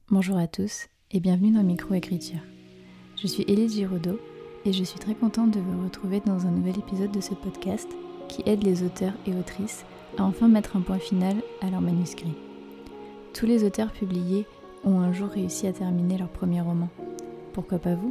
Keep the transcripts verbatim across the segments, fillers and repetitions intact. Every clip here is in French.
Bonjour à tous et bienvenue dans Microécriture. Je suis Élise Giraudot et je suis très contente de vous retrouver dans un nouvel épisode de ce podcast qui aide les auteurs et autrices à enfin mettre un point final à leur manuscrit. Tous les auteurs publiés ont un jour réussi à terminer leur premier roman. Pourquoi pas vous ?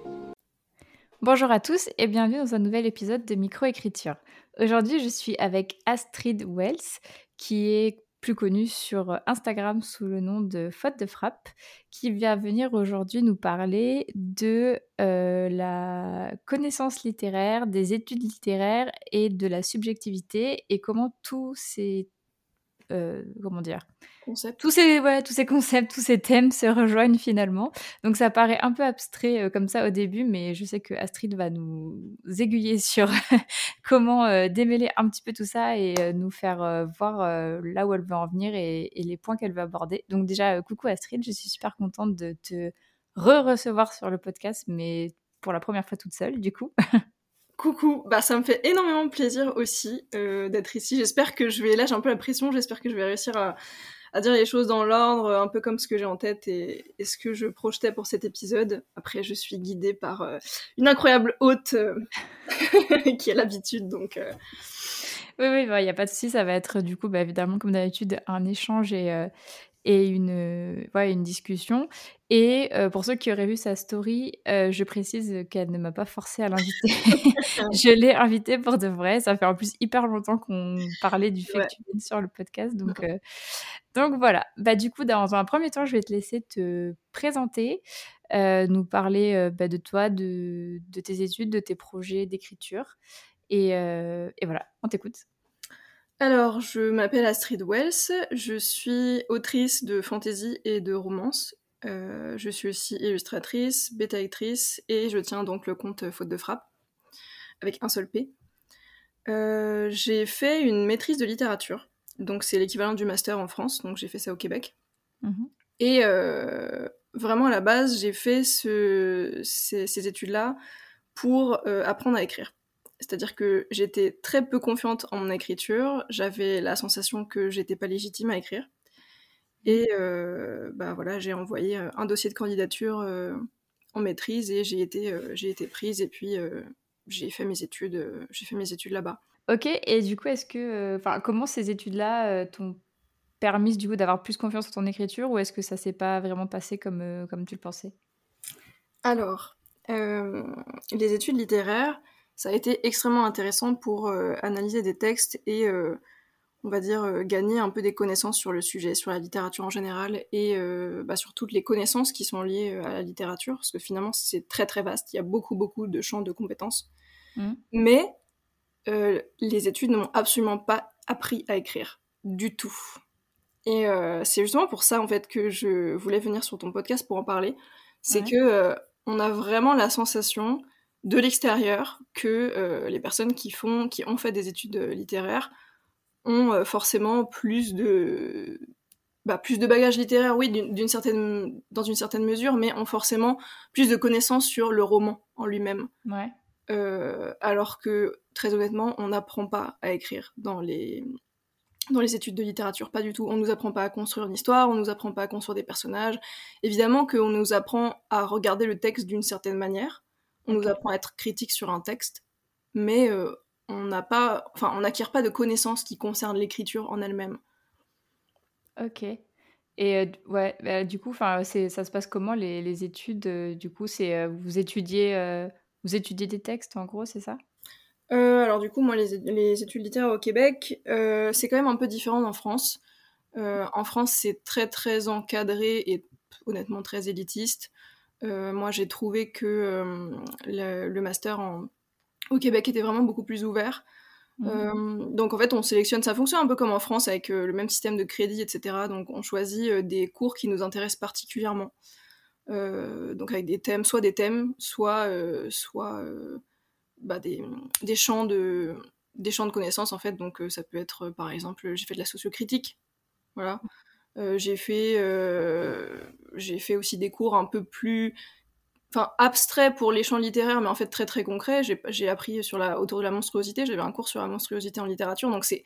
Bonjour à tous et bienvenue dans un nouvel épisode de Microécriture. Aujourd'hui, je suis avec Astrid Wells, qui est plus connue sur Instagram sous le nom de Faute de frappe, qui va venir aujourd'hui nous parler de euh, la connaissance littéraire, des études littéraires et de la subjectivité et comment tous ces... Euh, comment dire Concept. Tous ces, ouais, tous ces concepts, tous ces thèmes se rejoignent finalement. Donc ça paraît un peu abstrait euh, comme ça au début, mais je sais que Astrid va nous aiguiller sur comment euh, démêler un petit peu tout ça et euh, nous faire euh, voir euh, là où elle veut en venir et, et les points qu'elle veut aborder. Donc déjà, euh, coucou Astrid, je suis super contente de te re-recevoir sur le podcast, mais pour la première fois toute seule du coup. Coucou, bah ça me fait énormément plaisir aussi euh, d'être ici. J'espère que je vais, là j'ai un peu la pression, j'espère que je vais réussir à, à dire les choses dans l'ordre, un peu comme ce que j'ai en tête et, et ce que je projetais pour cet épisode. Après je suis guidée par euh, une incroyable hôte euh, qui a l'habitude, donc... Euh... Oui, oui, il bah, n'y a pas de souci, ça va être du coup, bah, évidemment, comme d'habitude, un échange et, euh, et une, euh, ouais, une discussion. Et euh, pour ceux qui auraient vu sa story, euh, je précise qu'elle ne m'a pas forcée à l'inviter. Je l'ai invitée pour de vrai. Ça fait en plus hyper longtemps qu'on parlait du fait Ouais. que tu viennes sur le podcast. Donc, euh, donc voilà. Bah, du coup, dans un premier temps, je vais te laisser te présenter, euh, nous parler euh, bah, de toi, de, de tes études, de tes projets d'écriture. Et, euh, et voilà, on t'écoute. Alors, je m'appelle Astrid Wells, je suis autrice de fantasy et de romance. Euh, je suis aussi illustratrice, bêta-lectrice et je tiens donc le compte Faute de frappe, avec un seul P. Euh, j'ai fait une maîtrise de littérature, donc c'est l'équivalent du master en France, donc j'ai fait ça au Québec. Mmh. Et euh, vraiment à la base, j'ai fait ce, ces, ces études-là pour euh, apprendre à écrire. C'est-à-dire que j'étais très peu confiante en mon écriture, j'avais la sensation que j'étais pas légitime à écrire. Et euh, bah voilà, j'ai envoyé un dossier de candidature euh, en maîtrise et j'ai été, euh, j'ai été prise et puis euh, j'ai fait mes études, euh, j'ai fait mes études là-bas. OK, et du coup, est-ce que, enfin, comment ces études-là, heu, t'ont permis du coup d'avoir plus confiance en ton écriture ou est-ce que ça s'est pas vraiment passé comme, heu, comme tu le pensais? Alors, euh, les études littéraires, ça a été extrêmement intéressant pour euh, analyser des textes et, euh, on va dire, euh, gagner un peu des connaissances sur le sujet, sur la littérature en général et euh, bah, sur toutes les connaissances qui sont liées à la littérature, parce que finalement, c'est très très vaste, il y a beaucoup beaucoup de champs de compétences. Mmh. Mais euh, les études ne m'ont absolument pas appris à écrire, du tout. Et euh, c'est justement pour ça, en fait, que je voulais venir sur ton podcast pour en parler. C'est Ouais. que euh, on a vraiment la sensation de l'extérieur que euh, les personnes qui font, qui ont fait des études littéraires ont euh, forcément plus de, bah, plus de bagages littéraires, oui, d'une, d'une certaine, dans une certaine mesure, mais ont forcément plus de connaissances sur le roman en lui-même. Ouais. Euh, alors que, très honnêtement, on n'apprend pas à écrire dans les, dans les études de littérature, pas du tout. On nous apprend pas à construire une histoire, on nous apprend pas à construire des personnages. Évidemment qu'on nous apprend à regarder le texte d'une certaine manière, on nous OK. apprend à être critique sur un texte, mais euh, on n'a pas, enfin, on n'acquiert pas de connaissances qui concernent l'écriture en elle-même. OK, et heu, d ouais, bah, du coup, enfin, c'est ça se passe comment les les études, heu, du coup, c'est, heu, vous étudiez, heu, vous étudiez des textes en gros, c'est ça? Euh, alors du coup, moi, les, les études littéraires au Québec, euh, c'est quand même un peu différent en France. Euh, en France, c'est très très encadré et honnêtement très élitiste. Euh, moi, j'ai trouvé que euh, le, le master en, au Québec était vraiment beaucoup plus ouvert. Mmh. Euh, donc en fait, on sélectionne, ça fonctionne un peu comme en France avec euh, le même système de crédit, et cetera. Donc on choisit euh, des cours qui nous intéressent particulièrement. Euh, donc avec des thèmes, soit des thèmes, soit, euh, soit euh, bah, des, des, champs de, des champs de connaissances en fait. Donc euh, ça peut être, euh, par exemple, j'ai fait de la sociocritique, voilà. Euh, j'ai fait, euh, j'ai fait aussi des cours un peu plus, enfin abstraits pour les champs littéraires, mais en fait très très concrets. J'ai, j'ai appris sur la autour de la monstruosité. J'avais un cours sur la monstruosité en littérature, donc c'est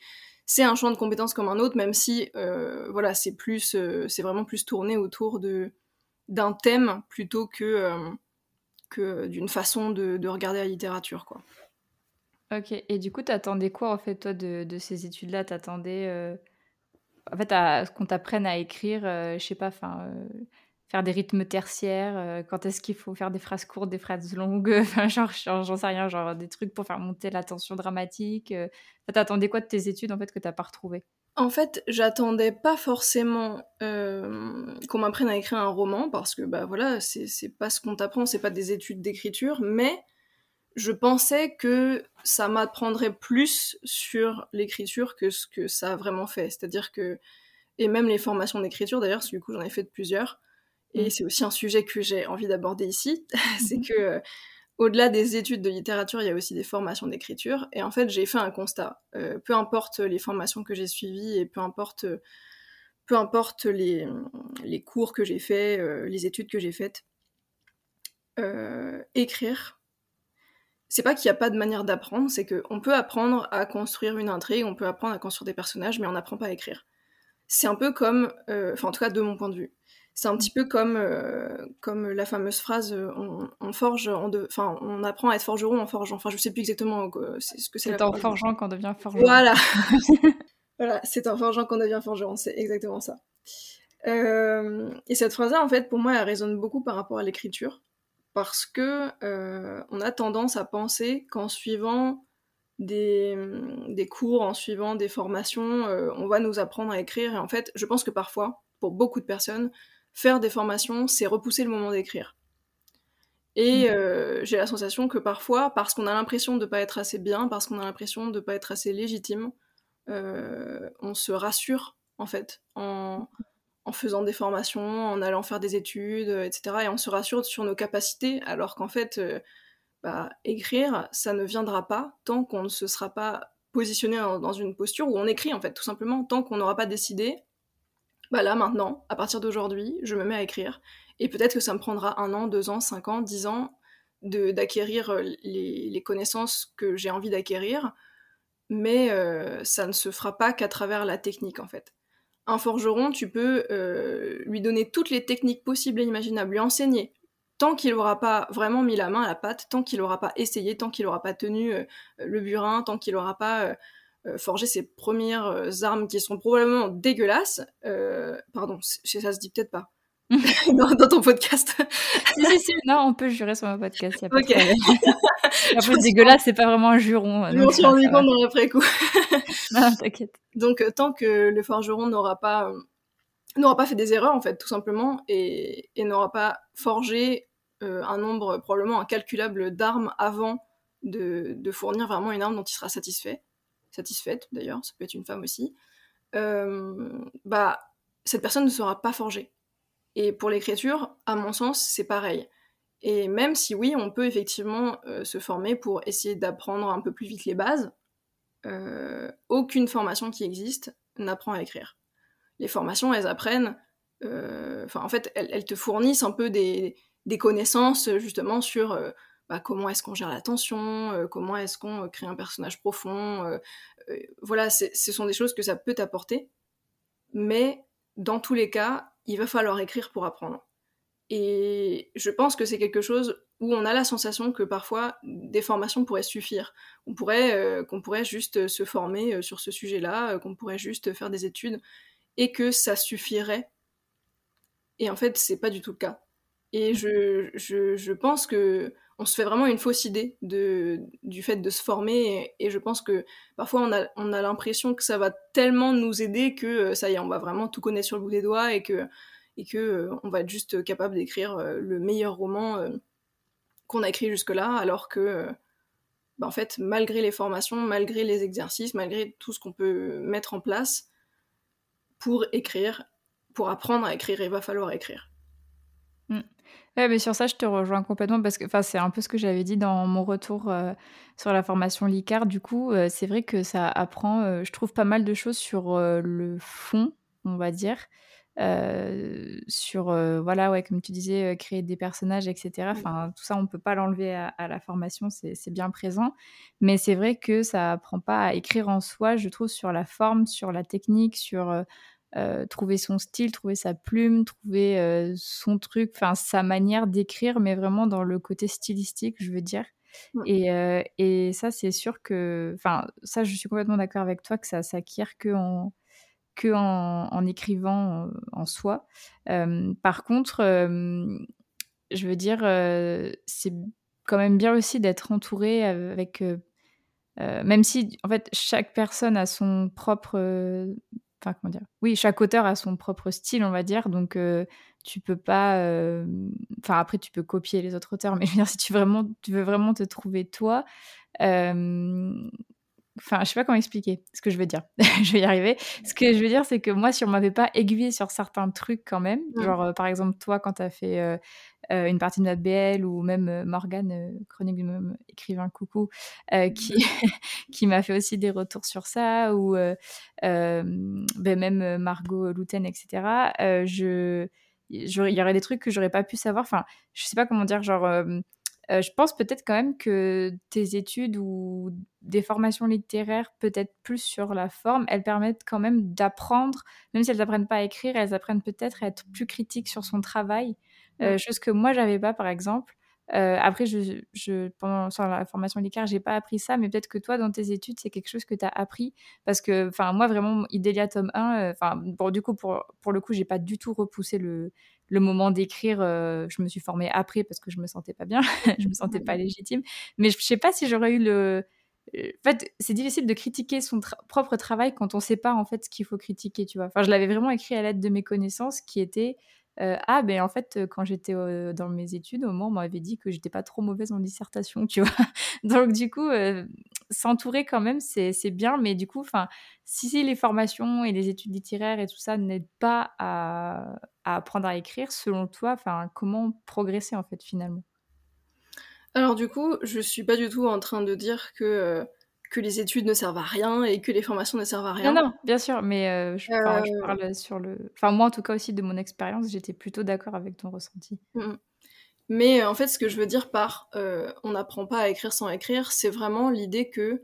c'est un champ de compétences comme un autre, même si euh, voilà, c'est plus, euh, c'est vraiment plus tourné autour de, d'un thème plutôt que, euh, que d'une façon de, de regarder la littérature, quoi. Ok, et du coup, t'attendais quoi en fait, toi, de, de ces études-là? T'attendais euh, en fait à ce qu'on t'apprenne à écrire, euh, je sais pas, enfin, euh, faire des rythmes tertiaires, euh, quand est-ce qu'il faut faire des phrases courtes, des phrases longues, enfin, genre, genre, j'en sais rien, genre des trucs pour faire monter la tension dramatique. Euh, enfin, t'attendais quoi de tes études en fait que t'as pas retrouvé? En fait, j'attendais pas forcément euh, qu'on m'apprenne à écrire un roman, parce que bah voilà, c'est, c'est pas ce qu'on t'apprend, c'est pas des études d'écriture, mais je pensais que ça m'apprendrait plus sur l'écriture que ce que ça a vraiment fait. C'est-à-dire que, et même les formations d'écriture d'ailleurs, parce que du coup j'en ai fait de plusieurs, et Mm. c'est aussi un sujet que j'ai envie d'aborder ici, c'est que euh, au-delà des études de littérature, il y a aussi des formations d'écriture, et en fait j'ai fait un constat. Euh, peu importe les formations que j'ai suivies, et peu importe, peu importe les, les cours que j'ai faits, euh, les études que j'ai faites, euh, écrire, c'est pas qu'il n'y a pas de manière d'apprendre, c'est qu'on peut apprendre à construire une intrigue, on peut apprendre à construire des personnages, mais on n'apprend pas à écrire. C'est un peu comme, euh, enfin en tout cas de mon point de vue, c'est un petit peu comme, euh, comme la fameuse phrase euh, on, on forge, en de... enfin on apprend à être forgeron en forgeant. Enfin je sais plus exactement euh, c'est ce que c'est la C'est en phrase. forgeant qu'on devient forgeron. Voilà, voilà, c'est en forgeant qu'on devient forgeron, c'est exactement ça. Euh, et cette phrase-là, en fait, pour moi, elle résonne beaucoup par rapport à l'écriture, parce que euh, on a tendance à penser qu'en suivant des, des cours, en suivant des formations, euh, on va nous apprendre à écrire. Et en fait, je pense que parfois, pour beaucoup de personnes, faire des formations, c'est repousser le moment d'écrire. Et Mm. euh, j'ai la sensation que parfois, parce qu'on a l'impression de ne pas être assez bien, parce qu'on a l'impression de ne pas être assez légitime, euh, on se rassure, en fait, en, en faisant des formations, en allant faire des études, euh, et cetera. Et on se rassure sur nos capacités, alors qu'en fait, euh, bah, écrire, ça ne viendra pas tant qu'on ne se sera pas positionné dans, dans une posture où on écrit, en fait, tout simplement, tant qu'on n'aura pas décidé, bah là, maintenant, à partir d'aujourd'hui, je me mets à écrire. Et peut-être que ça me prendra un an, deux ans, cinq ans, dix ans de, d'acquérir euh, les, les connaissances que j'ai envie d'acquérir, mais euh, ça ne se fera pas qu'à travers la technique, en fait. Un forgeron, tu peux euh, lui donner toutes les techniques possibles et imaginables, lui enseigner. Tant qu'il n'aura pas vraiment mis la main à la pâte, tant qu'il n'aura pas essayé, tant qu'il n'aura pas tenu euh, le burin, tant qu'il n'aura pas euh, euh, forgé ses premières euh, armes qui sont probablement dégueulasses, euh, pardon, c'est- ça se dit peut-être pas, dans, dans ton podcast. Si, si, si, non, on peut jurer sur mon podcast, il n'y a pas de Ok, problème. Et en je me plus, suis, dégueulasse, c'est pas vraiment un juron, je m'en donc suis ça, rendu ça va. compte dans l'après-coup. Non, t'inquiète. Donc euh, tant que le forgeron n'aura pas, euh, n'aura pas fait des erreurs, en fait, tout simplement, et, et n'aura pas forgé euh, un nombre probablement incalculable d'armes avant de, de fournir vraiment une arme dont il sera satisfait, satisfaite d'ailleurs, ça peut être une femme aussi, euh, bah cette personne ne sera pas forgée. Et pour l'écriture, à mon sens, c'est pareil. Et même si oui, on peut effectivement euh, se former pour essayer d'apprendre un peu plus vite les bases, euh, aucune formation qui existe n'apprend à écrire. Les formations, elles apprennent, euh, enfin en fait, elles, elles, te fournissent un peu des, des connaissances justement sur euh, bah, comment est-ce qu'on gère la tension, euh, comment est-ce qu'on crée un personnage profond. Euh, euh, voilà, ce sont des choses que ça peut t'apporter, mais dans tous les cas, il va falloir écrire pour apprendre. Et je pense que c'est quelque chose où on a la sensation que parfois des formations pourraient suffire. On pourrait, euh, qu'on pourrait juste se former euh, sur ce sujet-là, euh, qu'on pourrait juste faire des études et que ça suffirait. Et en fait, c'est pas du tout le cas. Et je, je, je pense que on se fait vraiment une fausse idée de, du fait de se former. Et, et je pense que parfois on a, on a l'impression que ça va tellement nous aider que euh, ça y est, on va vraiment tout connaître sur le bout des doigts et que, et que euh, on va être juste capable d'écrire euh, le meilleur roman euh, qu'on a écrit jusque-là, alors que, euh, bah, en fait, malgré les formations, malgré les exercices, malgré tout ce qu'on peut mettre en place pour écrire, pour apprendre à écrire, il va falloir écrire. Mm. Ouais, mais sur ça, je te rejoins complètement parce que enfin, c'est un peu ce que j'avais dit dans mon retour euh, sur la formation Licard. Du coup, euh, c'est vrai que ça apprend, euh, je trouve, pas mal de choses sur euh, le fond, on va dire. euh, sur, euh, voilà, ouais, comme tu disais, euh, créer des personnages, et cetera. Enfin, tout ça, on peut pas l'enlever à, à la formation, c'est, c'est bien présent. Mais c'est vrai que ça apprend pas à écrire en soi, je trouve, sur la forme, sur la technique, sur euh, euh, trouver son style, trouver sa plume, trouver euh, son truc, enfin, sa manière d'écrire, mais vraiment dans le côté stylistique, je veux dire. Mm. Et, euh, et ça, c'est sûr que... Enfin, ça, je suis complètement d'accord avec toi que ça s'acquiert que en, que en, en écrivant euh, en soi. Euh, par contre, euh, je veux dire, euh, c'est quand même bien aussi d'être entouré avec... euh, euh, même si, en fait, chaque personne a son propre... euh, Enfin, comment dire? Oui, chaque auteur a son propre style, on va dire. Donc, euh, tu peux pas... euh, Enfin, après, tu peux copier les autres auteurs. Mais je veux dire, si tu, vraiment, tu veux vraiment te trouver toi... euh, Enfin, je sais pas comment expliquer ce que je veux dire. Je vais y arriver. Ce que je veux dire, c'est que moi, si on m'avait pas aiguillé sur certains trucs quand même, Mm. genre, euh, par exemple, toi, quand tu as fait euh, euh, une partie de notre B L, ou même euh, Morgane, euh, Chronique du même écrivain, coucou, euh, qui, qui m'a fait aussi des retours sur ça, ou euh, euh, ben, même euh, Margot Louten, et cetera. Euh, je, j'aurais- il y aurait des trucs que j'aurais pas pu savoir. Enfin, je sais pas comment dire, genre... euh, euh, je pense peut-être quand même que tes études ou des formations littéraires, peut-être plus sur la forme, elles permettent quand même d'apprendre, même si elles n'apprennent pas à écrire, elles apprennent peut-être à être plus critiques sur son travail, Mm. euh, chose que moi, j'avais pas, par exemple. Euh, après, je, je, pendant sur la formation littéraire, j'ai pas appris ça, mais peut-être que toi, dans tes études, c'est quelque chose que tu as appris. Parce que, enfin, moi, vraiment, Idélia tome un, enfin, bon, du coup, pour, pour le coup, j'ai pas du tout repoussé le, le moment d'écrire. Euh, je me suis formée après parce que je me sentais pas bien, je me sentais pas légitime. Mais je sais pas si j'aurais eu le... En fait, c'est difficile de critiquer son tra- propre travail quand on sait pas, en fait, ce qu'il faut critiquer, tu vois. Enfin, je l'avais vraiment écrit à l'aide de mes connaissances qui étaient... Euh, ah, ben en fait, quand j'étais euh, dans mes études, au moment, on m'avait dit que j'étais pas trop mauvaise en dissertation, tu vois. Donc, du coup, euh, s'entourer quand même, c'est, c'est bien, mais du coup, enfin, si si les formations et les études littéraires et tout ça n'aident pas à, à apprendre à écrire, selon toi, enfin, comment progresser, en fait, finalement? Alors du coup, je suis pas du tout en train de dire que, euh, que les études ne servent à rien et que les formations ne servent à Non, rien. non, bien sûr, mais euh, je, enfin, je Euh, parle sur le... Enfin, moi, en tout cas, aussi, de mon expérience, j'étais plutôt d'accord avec ton ressenti. mm. Mais euh, en fait, ce que je veux dire par euh, on n'apprend pas à écrire sans écrire, c'est vraiment l'idée que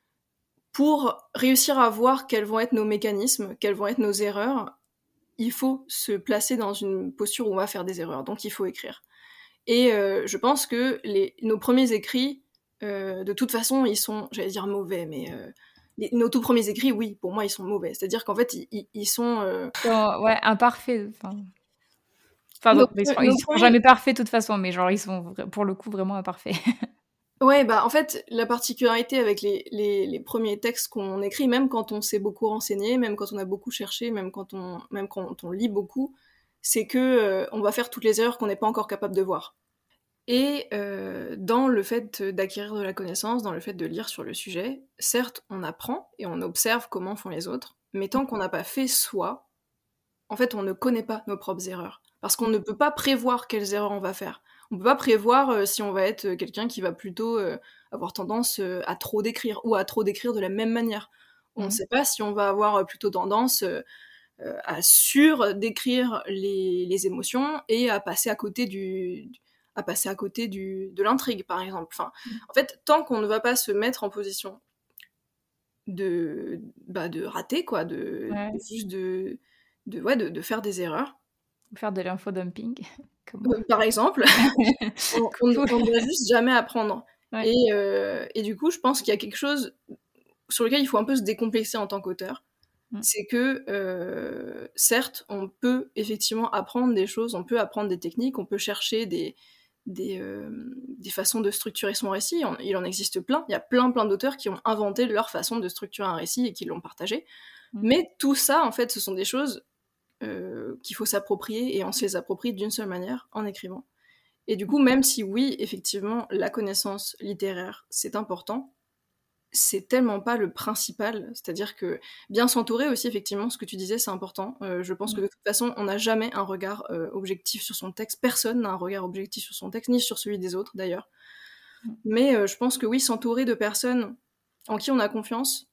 pour réussir à voir quels vont être nos mécanismes, quelles vont être nos erreurs, il faut se placer dans une posture où on va faire des erreurs, donc il faut écrire. Et euh, je pense que les, nos premiers écrits, euh, de toute façon, ils sont, j'allais dire mauvais, mais euh, les- nos tout premiers écrits, oui, pour moi, ils sont mauvais. C'est-à-dire qu'en fait, ils, ils- ils sont... euh, Dans- ouais, imparfait. Enfin, enfin, nos, donc, ils seront, ils nos seront premiers... jamais parfaits, de toute façon, mais genre, ils sont vra- pour le coup vraiment imparfaits. Ouais, bah en fait, la particularité avec les, les, les premiers textes qu'on écrit, même quand on s'est beaucoup renseigné, même quand on a beaucoup cherché, même quand on, même quand on lit beaucoup, c'est que euh, on va faire toutes les erreurs qu'on n'est pas encore capable de voir. Et euh, dans le fait d'acquérir de la connaissance, dans le fait de lire sur le sujet, certes, on apprend et on observe comment font les autres, mais tant qu'on n'a pas fait soi, en fait, on ne connaît pas nos propres erreurs. Parce qu'on ne peut pas prévoir quelles erreurs on va faire. On peut pas prévoir euh, si on va être euh, quelqu'un qui va plutôt euh, avoir tendance euh, à trop décrire ou à trop décrire de la même manière. On ne Mhm. sait pas si on va avoir euh, plutôt tendance euh, euh, à sur-décrire les, les émotions et à passer à côté du, à passer à côté du, de l'intrigue, par exemple. Enfin, en fait, tant qu'on ne va pas se mettre en position de, bah, de rater, quoi, de, de Ouais, juste de, de, ouais, de, de faire des erreurs, faire de l'infodumping, comme moi. euh, par exemple, on, on, Coucou. on ne va juste jamais apprendre. Ouais. Et, euh, et du coup, je pense qu'il y a quelque chose sur lequel il faut un peu se décomplexer en tant qu'auteur. Mm. C'est que, euh, certes, on peut effectivement apprendre des choses, on peut apprendre des techniques, on peut chercher des, des, euh, des façons de structurer son récit. On- il en existe plein. Il y a plein, plein d'auteurs qui ont inventé leur façon de structurer un récit et qui l'ont partagé. Mm. Mais tout ça, en fait, ce sont des choses euh, qu'il faut s'approprier et on se les approprie d'une seule manière, en écrivant. Et du coup, même si oui, effectivement, la connaissance littéraire, c'est important, c'est tellement pas le principal. C'est-à-dire que bien s'entourer aussi, effectivement, ce que tu disais, c'est important. Euh, je pense que Mm. de toute façon, on n'a jamais un regard euh, objectif sur son texte. Personne n'a un regard objectif sur son texte, ni sur celui des autres d'ailleurs. Mm. Mais euh, je pense que oui, s'entourer de personnes en qui on a confiance,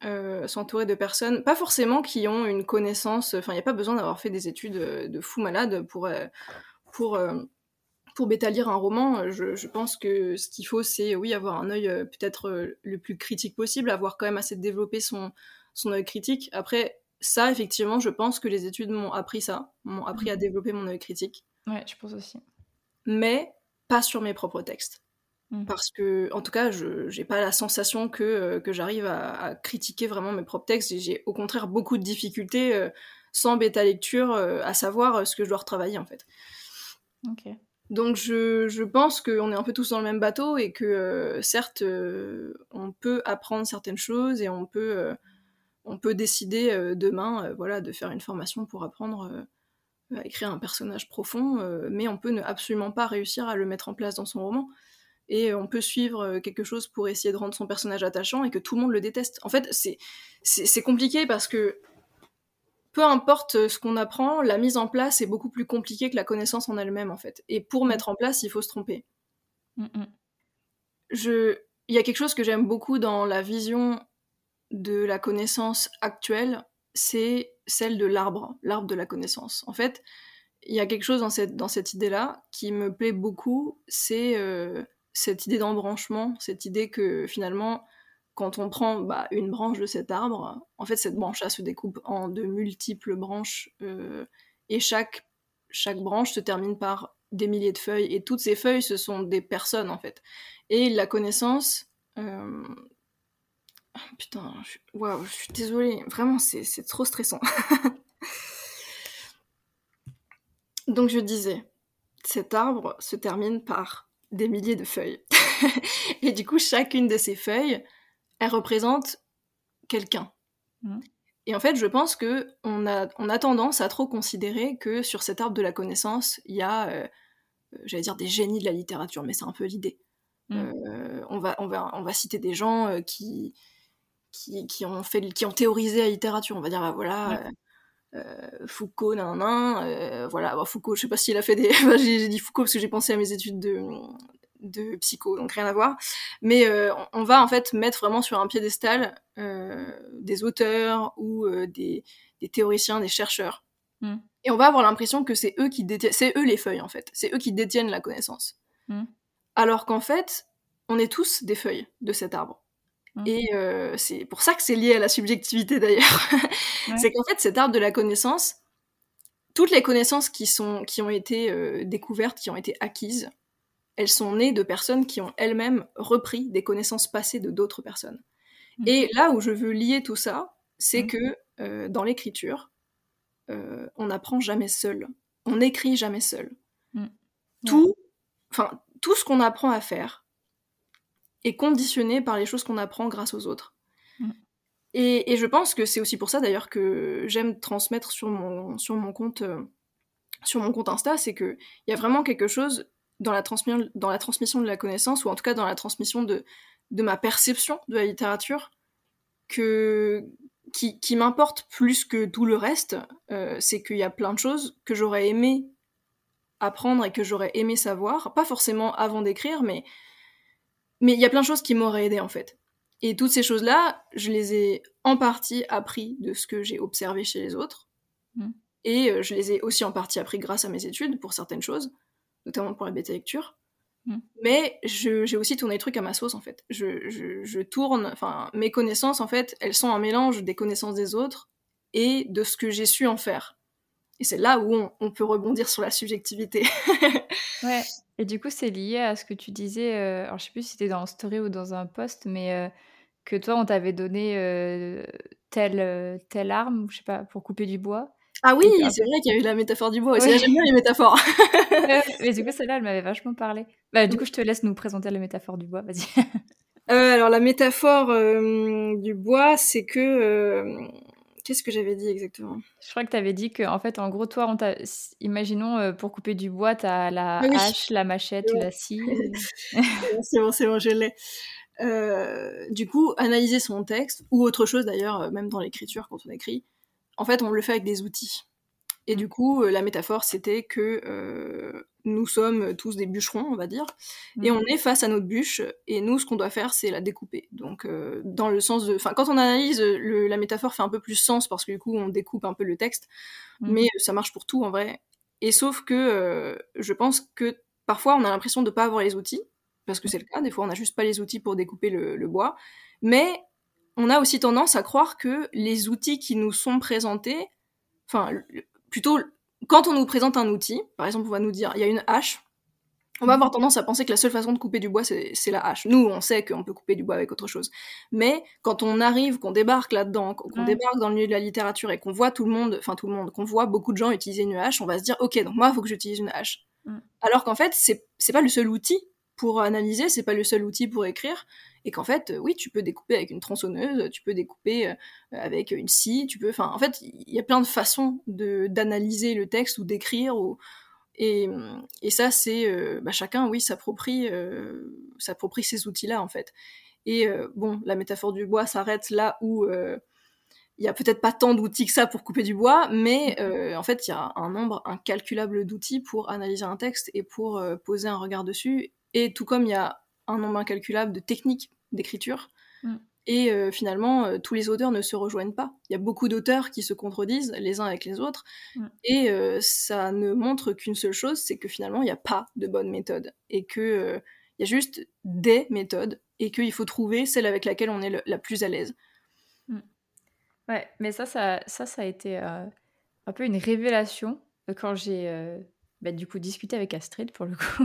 euh, s'entourer de personnes, pas forcément qui ont une connaissance, enfin, il n'y a pas besoin d'avoir fait des études de fou malade pour, euh, pour, euh, pour bêta-lire un roman. Je, je pense que ce qu'il faut, c'est, oui, avoir un œil euh, peut-être euh, le plus critique possible, avoir quand même assez développé son, son œil critique. Après, ça, effectivement, je pense que les études m'ont appris ça, m'ont appris à développer mon œil critique. Ouais, je pense aussi. Mais pas sur mes propres textes. Mm. Parce que, en tout cas, je j'ai pas la sensation que, euh, que j'arrive à, à critiquer vraiment mes propres textes. J'ai au contraire beaucoup de difficultés euh, sans bêta-lecture euh, à savoir euh, ce que je dois retravailler, en fait. Ok. Donc je, je pense qu'on est un peu tous dans le même bateau et que, euh, certes, euh, on peut apprendre certaines choses et on peut, euh, on peut décider euh, demain euh, voilà, de faire une formation pour apprendre euh, à écrire un personnage profond, euh, mais on peut ne absolument pas réussir à le mettre en place dans son roman. Et on peut suivre quelque chose pour essayer de rendre son personnage attachant et que tout le monde le déteste. En fait, c'est, c'est, c'est compliqué parce que peu importe ce qu'on apprend, la mise en place est beaucoup plus compliquée que la connaissance en elle-même, en fait. Et pour mettre en place, il faut se tromper. Mm-mm. Je... Il y a quelque chose que j'aime beaucoup dans la vision de la connaissance actuelle, c'est celle de l'arbre, l'arbre de la connaissance. En fait, il y a quelque chose dans cette, dans cette idée-là qui me plaît beaucoup, c'est euh, cette idée d'embranchement, cette idée que finalement, quand on prend bah, une branche de cet arbre, en fait cette branche-là se découpe en de multiples branches, euh, et chaque, chaque branche se termine par des milliers de feuilles, et toutes ces feuilles, ce sont des personnes, en fait. Et la connaissance... Euh... Putain, je... Waouh, je suis désolée, vraiment, c'est, c'est trop stressant. Donc je disais, cet arbre se termine par des milliers de feuilles. Et du coup, chacune de ces feuilles, elle représente quelqu'un. Mmh. Et en fait, je pense qu'on a, on a tendance à trop considérer que sur cet arbre de la connaissance, il y a, euh, j'allais dire, des génies de la littérature, mais c'est un peu l'idée. Mmh. Euh, on, va, on, va, on va citer des gens euh, qui, qui, qui, ont fait, qui ont théorisé la littérature. On va dire, bah voilà... Ouais. Euh, Euh, Foucault, nan, nan, euh, voilà, bon, Foucault, je sais pas s'il a fait des... j'ai, j'ai dit Foucault parce que j'ai pensé à mes études de, de psycho, donc rien à voir. Mais euh, on, on va en fait mettre vraiment sur un piédestal euh, des auteurs ou euh, des, des théoriciens, des chercheurs. Mm. Et on va avoir l'impression que c'est eux qui détiennent... C'est eux les feuilles, en fait. C'est eux qui détiennent la connaissance. Mm. Alors qu'en fait, on est tous des feuilles de cet arbre. Mmh. Et euh, c'est pour ça que c'est lié à la subjectivité d'ailleurs. Ouais. C'est qu'en fait, cet arbre de la connaissance, toutes les connaissances qui, sont, qui ont été euh, découvertes, qui ont été acquises, elles sont nées de personnes qui ont elles-mêmes repris des connaissances passées de d'autres personnes. Mmh. Et là où je veux lier tout ça, c'est mmh. que euh, dans l'écriture, euh, on n'apprend jamais seul. On n'écrit jamais seul. Mmh. Tout, enfin, tout ce qu'on apprend à faire, est conditionné par les choses qu'on apprend grâce aux autres. Mmh. Et, et je pense que c'est aussi pour ça d'ailleurs que j'aime transmettre sur mon, sur mon, compte, euh, sur mon compte Insta, c'est qu'il y a vraiment quelque chose dans la, transmission, dans la transmission de la connaissance, ou en tout cas dans la transmission de, de ma perception de la littérature, que, qui, qui m'importe plus que tout le reste. Euh, c'est qu'il y a plein de choses que j'aurais aimé apprendre et que j'aurais aimé savoir, pas forcément avant d'écrire, mais Mais il y a plein de choses qui m'auraient aidé en fait. Et toutes ces choses-là, je les ai en partie appris de ce que j'ai observé chez les autres. Mmh. Et euh, je les ai aussi en partie appris grâce à mes études pour certaines choses, notamment pour la bêta-lecture. Mmh. Mais je, j'ai aussi tourné le truc à ma sauce en fait. Je, je, je tourne, enfin, mes connaissances en fait, elles sont un mélange des connaissances des autres et de ce que j'ai su en faire. Et c'est là où on, on peut rebondir sur la subjectivité. Ouais. Et du coup, c'est lié à ce que tu disais, euh, alors je sais plus si c'était dans un story ou dans un post, mais euh, que toi, on t'avait donné euh, telle, euh, telle arme, je sais pas, pour couper du bois. Ah oui, c'est peu... vrai qu'il y a eu la métaphore du bois. Oui. C'est là, j'aime bien les métaphores. ouais, mais du coup, celle-là, elle m'avait vachement parlé. Bah, du coup, je te laisse nous présenter la métaphore du bois, vas-y. euh, alors, la métaphore euh, du bois, c'est que... Euh... Qu'est-ce que j'avais dit exactement ? Je crois que tu avais dit que, en fait, en gros, toi, on t'a... imaginons, euh, pour couper du bois, tu as la oui. hache, la machette, bon. la scie. c'est bon, c'est bon, je l'ai. Euh, du coup, analyser son texte, ou autre chose d'ailleurs, même dans l'écriture, quand on écrit, en fait, on le fait avec des outils. Et Mm. du coup, euh, la métaphore, c'était que euh, nous sommes tous des bûcherons, on va dire, Mm. et on est face à notre bûche, et nous, ce qu'on doit faire, c'est la découper. Donc, euh, dans le sens de... Enfin, quand on analyse, le, la métaphore fait un peu plus sens, parce que du coup, on découpe un peu le texte, Mm. mais ça marche pour tout, en vrai. Et sauf que euh, je pense que parfois, on a l'impression de pas avoir les outils, parce que c'est le cas, des fois, on n'a juste pas les outils pour découper le, le bois, mais on a aussi tendance à croire que les outils qui nous sont présentés, enfin, le- plutôt, quand on nous présente un outil, par exemple, on va nous dire, il y a une hache, on va Mhm. avoir tendance à penser que la seule façon de couper du bois, c'est c'est la hache. Nous, on sait qu'on peut couper du bois avec autre chose. Mais quand on arrive, qu'on débarque là-dedans, qu'on qu'on Ouais. débarque dans le milieu de la littérature et qu'on voit tout le monde, enfin tout le monde, qu'on voit beaucoup de gens utiliser une hache, on va se dire, ok, donc moi, il faut que j'utilise une hache. Mm. Alors qu'en fait, c'est c'est pas le seul outil pour analyser, c'est pas le seul outil pour écrire, et qu'en fait, euh, oui, tu peux découper avec une tronçonneuse, tu peux découper euh, avec une scie, tu peux, enfin, en fait, il y a plein de façons de d'analyser le texte ou d'écrire, ou et, et ça, c'est euh, bah, chacun, oui, s'approprie euh, s'approprie ces outils-là, en fait. Et euh, bon, la métaphore du bois s'arrête là où euh, il y a peut-être pas tant d'outils que ça pour couper du bois, mais euh, en fait, il y a un nombre incalculable d'outils pour analyser un texte et pour euh, poser un regard dessus. Et tout comme il y a un nombre incalculable de techniques d'écriture, Mm. et euh, finalement, euh, tous les auteurs ne se rejoignent pas. Il y a beaucoup d'auteurs qui se contredisent les uns avec les autres, Mm. et euh, ça ne montre qu'une seule chose, c'est que finalement, il n'y a pas de bonne méthode, et que euh, il y a juste des méthodes, et qu'il faut trouver celle avec laquelle on est le- la plus à l'aise. Mm. Ouais, mais ça, ça, ça, ça a été euh, un peu une révélation euh, quand j'ai euh, bah, du coup discuté avec Astrid pour le coup.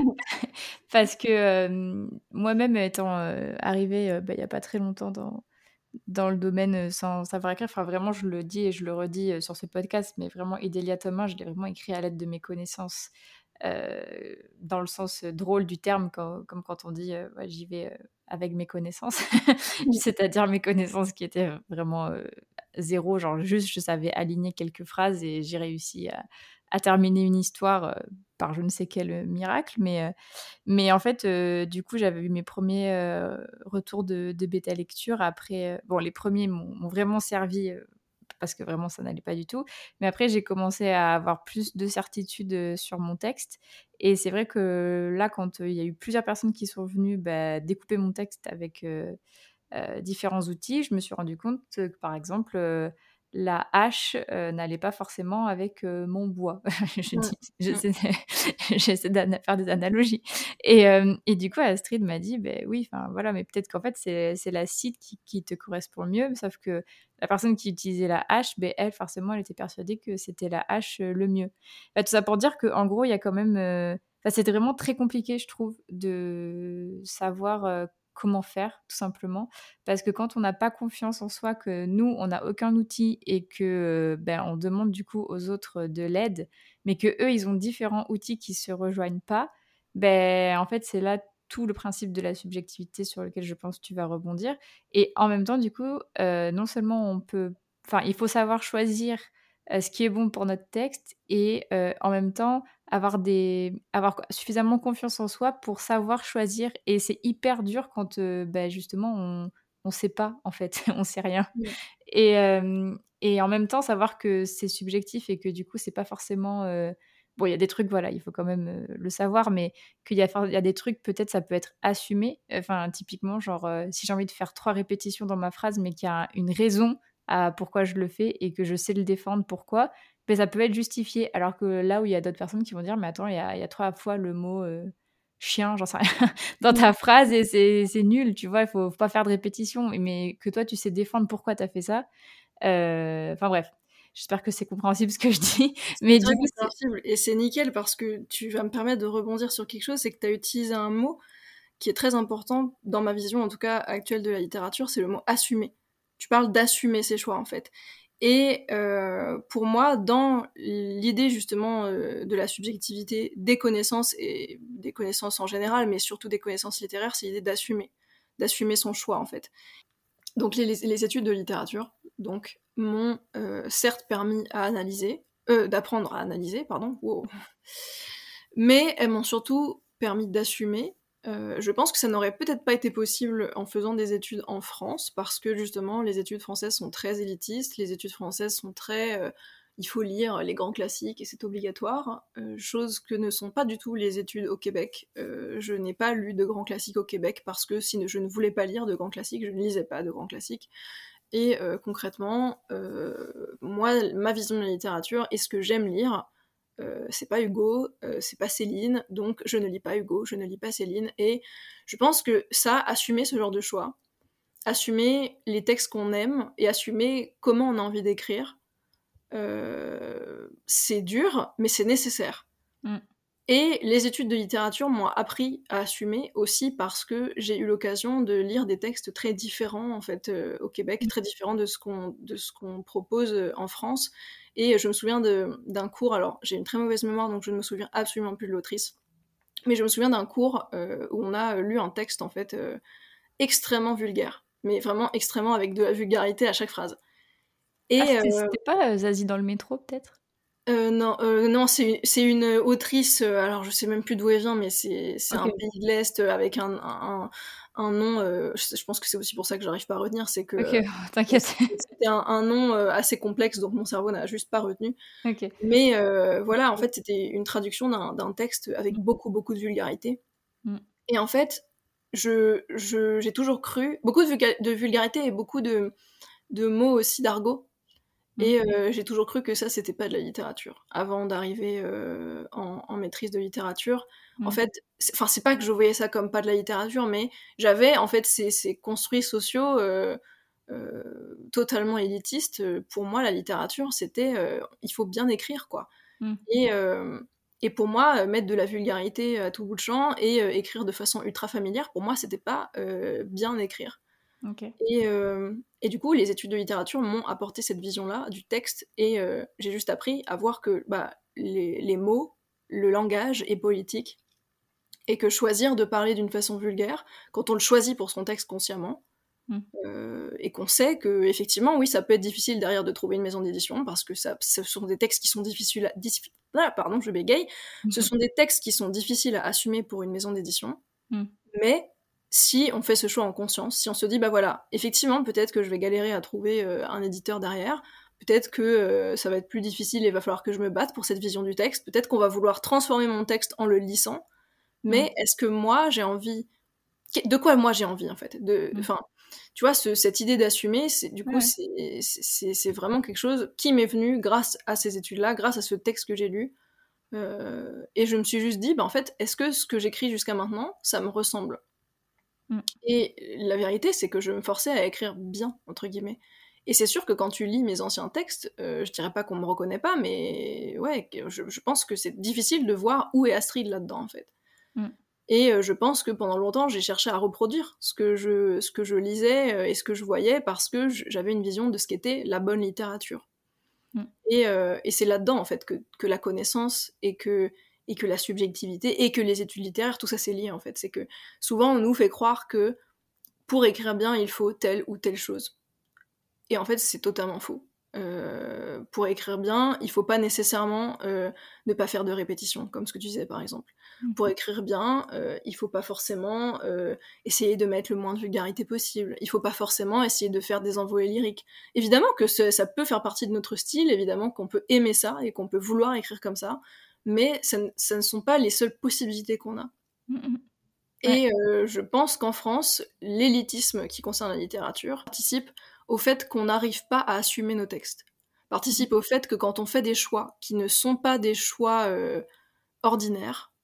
Parce que euh, moi-même étant euh, arrivée euh, bah, il n'y a pas très longtemps dans, dans le domaine euh, sans savoir écrire, enfin vraiment je le dis et je le redis euh, sur ce podcast, mais vraiment Idélia Thomas, je l'ai vraiment écrit à l'aide de mes connaissances, euh, dans le sens euh, drôle du terme, quand- comme quand on dit euh, ouais, j'y vais euh, avec mes connaissances, c'est-à-dire mes connaissances qui étaient vraiment euh, zéro, genre juste je savais aligner quelques phrases et j'ai réussi à, à terminer une histoire euh, par je ne sais quel miracle, mais, euh, mais en fait, euh, du coup, j'avais eu mes premiers euh, retours de, de bêta lecture. Après, euh, bon, les premiers m'ont m'ont vraiment servi euh, parce que vraiment, ça n'allait pas du tout. Mais après, j'ai commencé à avoir plus de certitude euh, sur mon texte. Et c'est vrai que là, quand euh, il y a eu plusieurs personnes qui sont venues bah, découper mon texte avec euh, euh, différents outils, je me suis rendu compte que, par exemple, euh, la hache euh, n'allait pas forcément avec euh, mon bois. je Mm. dis, Mm. j'essaie, j'essaie de faire des analogies. Et, euh, et du coup, Astrid m'a dit, ben oui, enfin voilà, mais peut-être qu'en fait, c'est, c'est la scie qui, qui te correspond le mieux, sauf que la personne qui utilisait la hache, ben elle, forcément, elle était persuadée que c'était la hache euh, le mieux. Bah, tout ça pour dire qu'en gros, il y a quand même... euh, enfin, c'était vraiment très compliqué, je trouve, de savoir euh, comment faire, tout simplement. Parce que quand on n'a pas confiance en soi, que nous, on n'a aucun outil et que ben, on demande du coup aux autres de l'aide, mais que eux, ils ont différents outils qui se rejoignent pas, ben en fait, c'est là tout le principe de la subjectivité sur lequel je pense que tu vas rebondir. Et en même temps, du coup, euh, non seulement on peut, enfin, il faut savoir choisir euh, ce qui est bon pour notre texte et euh, en même temps avoir des avoir suffisamment confiance en soi pour savoir choisir, et c'est hyper dur quand euh, ben, justement on on sait pas en fait, on sait rien. Mm. Et, euh, et en même temps, savoir que c'est subjectif et que du coup, c'est pas forcément. euh, Bon, il y a des trucs, voilà, il faut quand même euh, le savoir, mais qu'il y a, il y a des trucs, peut-être ça peut être assumé. Enfin, typiquement, genre, euh, si j'ai envie de faire trois répétitions dans ma phrase, mais qu'il y a une raison à pourquoi je le fais et que je sais le défendre, pourquoi, ben, ça peut être justifié. Alors que là où il y a d'autres personnes qui vont dire, mais attends, il y a, il y a trois fois le mot euh, chien, j'en sais rien, dans ta phrase et c'est, c'est nul, tu vois, il faut, faut pas faire de répétition, mais que toi tu sais défendre pourquoi tu as fait ça. Euh, Enfin bref, j'espère que c'est compréhensible ce que je dis, C'est mais très du coup, c'est... compréhensible, et c'est nickel parce que tu vas me permettre de rebondir sur quelque chose, c'est que tu as utilisé un mot qui est très important dans ma vision, en tout cas actuelle de la littérature, c'est le mot assumer. Tu parles d'assumer ses choix en fait. Et euh, pour moi, dans l'idée justement euh, de la subjectivité des connaissances, et des connaissances en général, mais surtout des connaissances littéraires, c'est l'idée d'assumer, d'assumer son choix en fait. Donc les, les études de littérature donc m'ont euh, certes permis à analyser, euh, d'apprendre à analyser, pardon, wow. Mais elles m'ont surtout permis d'assumer. Euh, je pense que ça n'aurait peut-être pas été possible en faisant des études en France, parce que justement les études françaises sont très élitistes, les études françaises sont très... euh, il faut lire les grands classiques et c'est obligatoire, euh, chose que ne sont pas du tout les études au Québec. Euh, je n'ai pas lu de grands classiques au Québec parce que si je ne voulais pas lire de grands classiques, je ne lisais pas de grands classiques. Et euh, concrètement, euh, moi, ma vision de la littérature et ce que j'aime lire, euh, c'est pas Hugo, euh, c'est pas Céline, donc je ne lis pas Hugo, je ne lis pas Céline, et je pense que ça, assumer ce genre de choix, assumer les textes qu'on aime et assumer comment on a envie d'écrire, euh, c'est dur, mais c'est nécessaire. Mm. Et les études de littérature m'ont appris à assumer aussi parce que j'ai eu l'occasion de lire des textes très différents en fait euh, au Québec, très différents de ce qu'on de ce qu'on propose euh, en France. Et je me souviens de, d'un cours, alors j'ai une très mauvaise mémoire donc je ne me souviens absolument plus de l'autrice, mais je me souviens d'un cours euh, où on a lu un texte en fait euh, extrêmement vulgaire, mais vraiment extrêmement avec de la vulgarité à chaque phrase. Ah, Et c'était, euh, c'était pas euh, Zazie dans le métro, peut-être? Euh, non, euh, non, c'est c'est une autrice, euh, alors je sais même plus d'où elle vient, mais c'est c'est un Ok. pays de l'Est euh, avec un, un, un nom, euh, je, je pense que c'est aussi pour ça que j'arrive pas à retenir, c'est que Ok, euh, t'inquiète. c'était un, un nom euh, assez complexe, donc mon cerveau n'a juste pas retenu. Ok. Mais euh, voilà, en fait, c'était une traduction d'un d'un texte avec beaucoup, beaucoup de vulgarité. Mm. Et en fait, je, je, j'ai toujours cru, beaucoup de, vulga- de vulgarité et beaucoup de, de mots aussi d'argot. Mm. Et euh, j'ai toujours cru que ça, c'était pas de la littérature. Avant d'arriver euh, en, en maîtrise de littérature, en Mm. fait, enfin, c'est, c'est pas que je voyais ça comme pas de la littérature, mais j'avais en fait ces, ces construits sociaux euh, euh, totalement élitistes. Pour moi, la littérature, c'était euh, il faut bien écrire, quoi. Mm. Et, euh, et pour moi, euh, mettre de la vulgarité à tout bout de champ et euh, écrire de façon ultra familière, pour moi, c'était pas euh, bien écrire. Ok. Et, euh, et du coup, les études de littérature m'ont apporté cette vision-là du texte, et euh, j'ai juste appris à voir que bah, les, les mots, le langage est politique, et que choisir de parler d'une façon vulgaire, quand on le choisit pour son texte consciemment, Mm. euh, et qu'on sait que effectivement, oui, ça peut être difficile derrière de trouver une maison d'édition, parce que ça, ce sont des textes qui sont difficiles à... dis- ah, pardon, je bégaye. Ce sont des textes qui sont difficiles à assumer pour une maison d'édition, Mm. mais si on fait ce choix en conscience, si on se dit, bah voilà, effectivement, peut-être que je vais galérer à trouver euh, un éditeur derrière, peut-être que euh, ça va être plus difficile et il va falloir que je me batte pour cette vision du texte, peut-être qu'on va vouloir transformer mon texte en le lissant, Mm. mais est-ce que moi j'ai envie... De quoi moi j'ai envie en fait de... Mm. Enfin, tu vois, ce- cette idée d'assumer, c'est, du coup, Ouais. c'est, c'est, c'est vraiment quelque chose qui m'est venu grâce à ces études-là, grâce à ce texte que j'ai lu, euh, et je me suis juste dit, bah en fait, est-ce que ce que j'écris jusqu'à maintenant, ça me ressemble? Mm. Et la vérité, c'est que je me forçais à écrire bien, entre guillemets. Et c'est sûr que quand tu lis mes anciens textes, euh, je dirais pas qu'on me reconnaît pas, mais ouais, que je, je pense que c'est difficile de voir où est Astrid là-dedans, en fait. Mm. Et euh, je pense que pendant longtemps, j'ai cherché à reproduire ce que je, ce que je lisais euh, et ce que je voyais parce que je- j'avais une vision de ce qu'était la bonne littérature. Mm. Et, euh, et c'est là-dedans, en fait, que, que la connaissance et que, et que la subjectivité et que les études littéraires, tout ça c'est lié, en fait. C'est que souvent, on nous fait croire que pour écrire bien, il faut telle ou telle chose. Et en fait, c'est totalement faux. Euh, pour écrire bien, il faut pas nécessairement euh, ne pas faire de répétition, comme ce que tu disais par exemple. Mm. Pour écrire bien, euh, il faut pas forcément euh, essayer de mettre le moins de vulgarité possible. Il faut pas forcément essayer de faire des envolées lyriques. Évidemment que ce- ça peut faire partie de notre style, évidemment qu'on peut aimer ça et qu'on peut vouloir écrire comme ça, mais ça, ne- ça ne sont pas les seules possibilités qu'on a. Mm. Mm. Ouais. Et euh, je pense qu'en France, l'élitisme qui concerne la littérature participe au fait qu'on n'arrive pas à assumer nos textes. Participe au fait que quand on fait des choix qui ne sont pas des choix euh, ordinaires,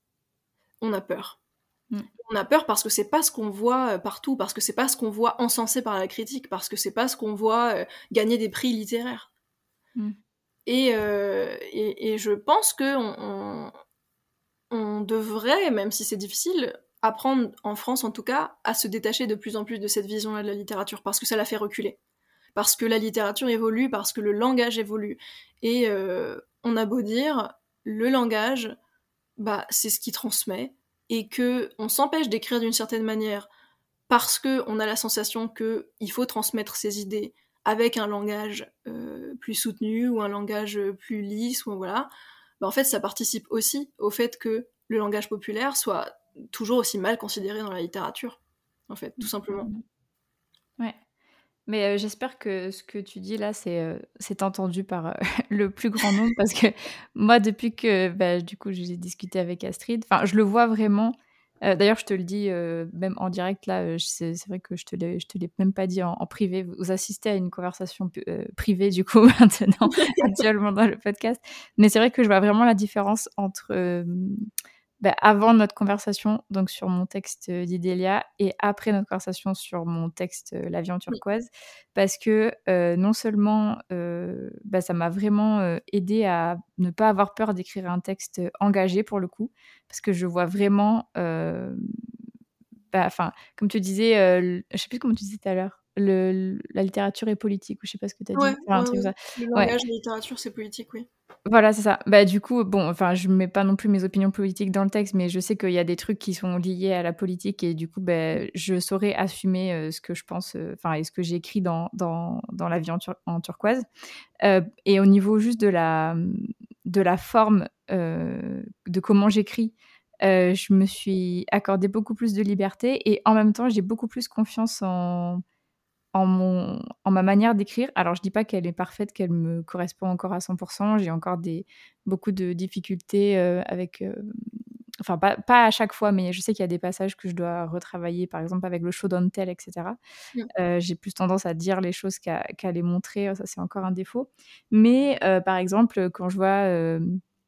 on a peur. Mm. On a peur parce que c'est pas ce qu'on voit euh, partout, parce que c'est pas ce qu'on voit encensé par la critique, parce que c'est pas ce qu'on voit euh, gagner des prix littéraires. Mm. Et, euh, et, et je pense que on, on, on devrait, même si c'est difficile, apprendre, en France en tout cas, à se détacher de plus en plus de cette vision-là de la littérature, parce que ça la fait reculer. Parce que la littérature évolue, parce que le langage évolue. Et euh, on a beau dire, le langage, bah, c'est ce qui transmet, et que on s'empêche d'écrire d'une certaine manière parce que on a la sensation que il faut transmettre ses idées avec un langage euh, plus soutenu ou un langage plus lisse ou voilà, bah en fait ça participe aussi au fait que le langage populaire soit toujours aussi mal considéré dans la littérature, en fait, tout simplement. Mm. Ouais. Mais euh, j'espère que ce que tu dis là, c'est euh, c'est entendu par euh, le plus grand nombre parce que moi, depuis que bah, du coup j'ai discuté avec Astrid, enfin, je le vois vraiment. Euh, D'ailleurs, je te le dis euh, même en direct là. euh, C'est c'est vrai que je te l'ai, je te l'ai même pas dit en, en privé. Vous, vous assistez à une conversation pu- euh, privée du coup maintenant, actuellement dans le podcast. Mais c'est vrai que je vois vraiment la différence entre euh, bah, avant notre conversation, donc sur mon texte euh, d'Idélia, et après notre conversation sur mon texte euh, La vie en Oui. turquoise, parce que euh, non seulement euh, bah, ça m'a vraiment euh, aidé à ne pas avoir peur d'écrire un texte engagé pour le coup, parce que je vois vraiment, euh, bah, enfin, comme tu disais, euh, le- je sais plus comment tu disais tout à l'heure, le, le- la littérature est politique, ou je sais pas ce que tu as Ouais, dit, enfin, un ouais, truc ouais. comme ça. Le Ouais, langage, la littérature, c'est politique, oui. voilà, c'est ça. Bah, du coup, bon, enfin, je mets pas non plus mes opinions politiques dans le texte, mais je sais qu'il y a des trucs qui sont liés à la politique et du coup, bah, je saurais assumer euh, ce que je pense, euh, enfin, et ce que j'ai écrit dans, dans, dans La vie en, tur- en turquoise. Euh, et au niveau juste de la, de la forme, euh, de comment j'écris, euh, je me suis accordé beaucoup plus de liberté et en même temps, j'ai beaucoup plus confiance en, en, mon, en ma manière d'écrire. Alors, je dis pas qu'elle est parfaite, qu'elle me correspond encore à cent pour cent. J'ai encore des, beaucoup de difficultés euh, avec... euh, enfin, pas, pas à chaque fois, mais je sais qu'il y a des passages que je dois retravailler, par exemple avec le show don't tell, et cetera. Mm. Euh, j'ai plus tendance à dire les choses qu'à qu'à les montrer. Ça, c'est encore un défaut. Mais, euh, par exemple, quand je vois... euh,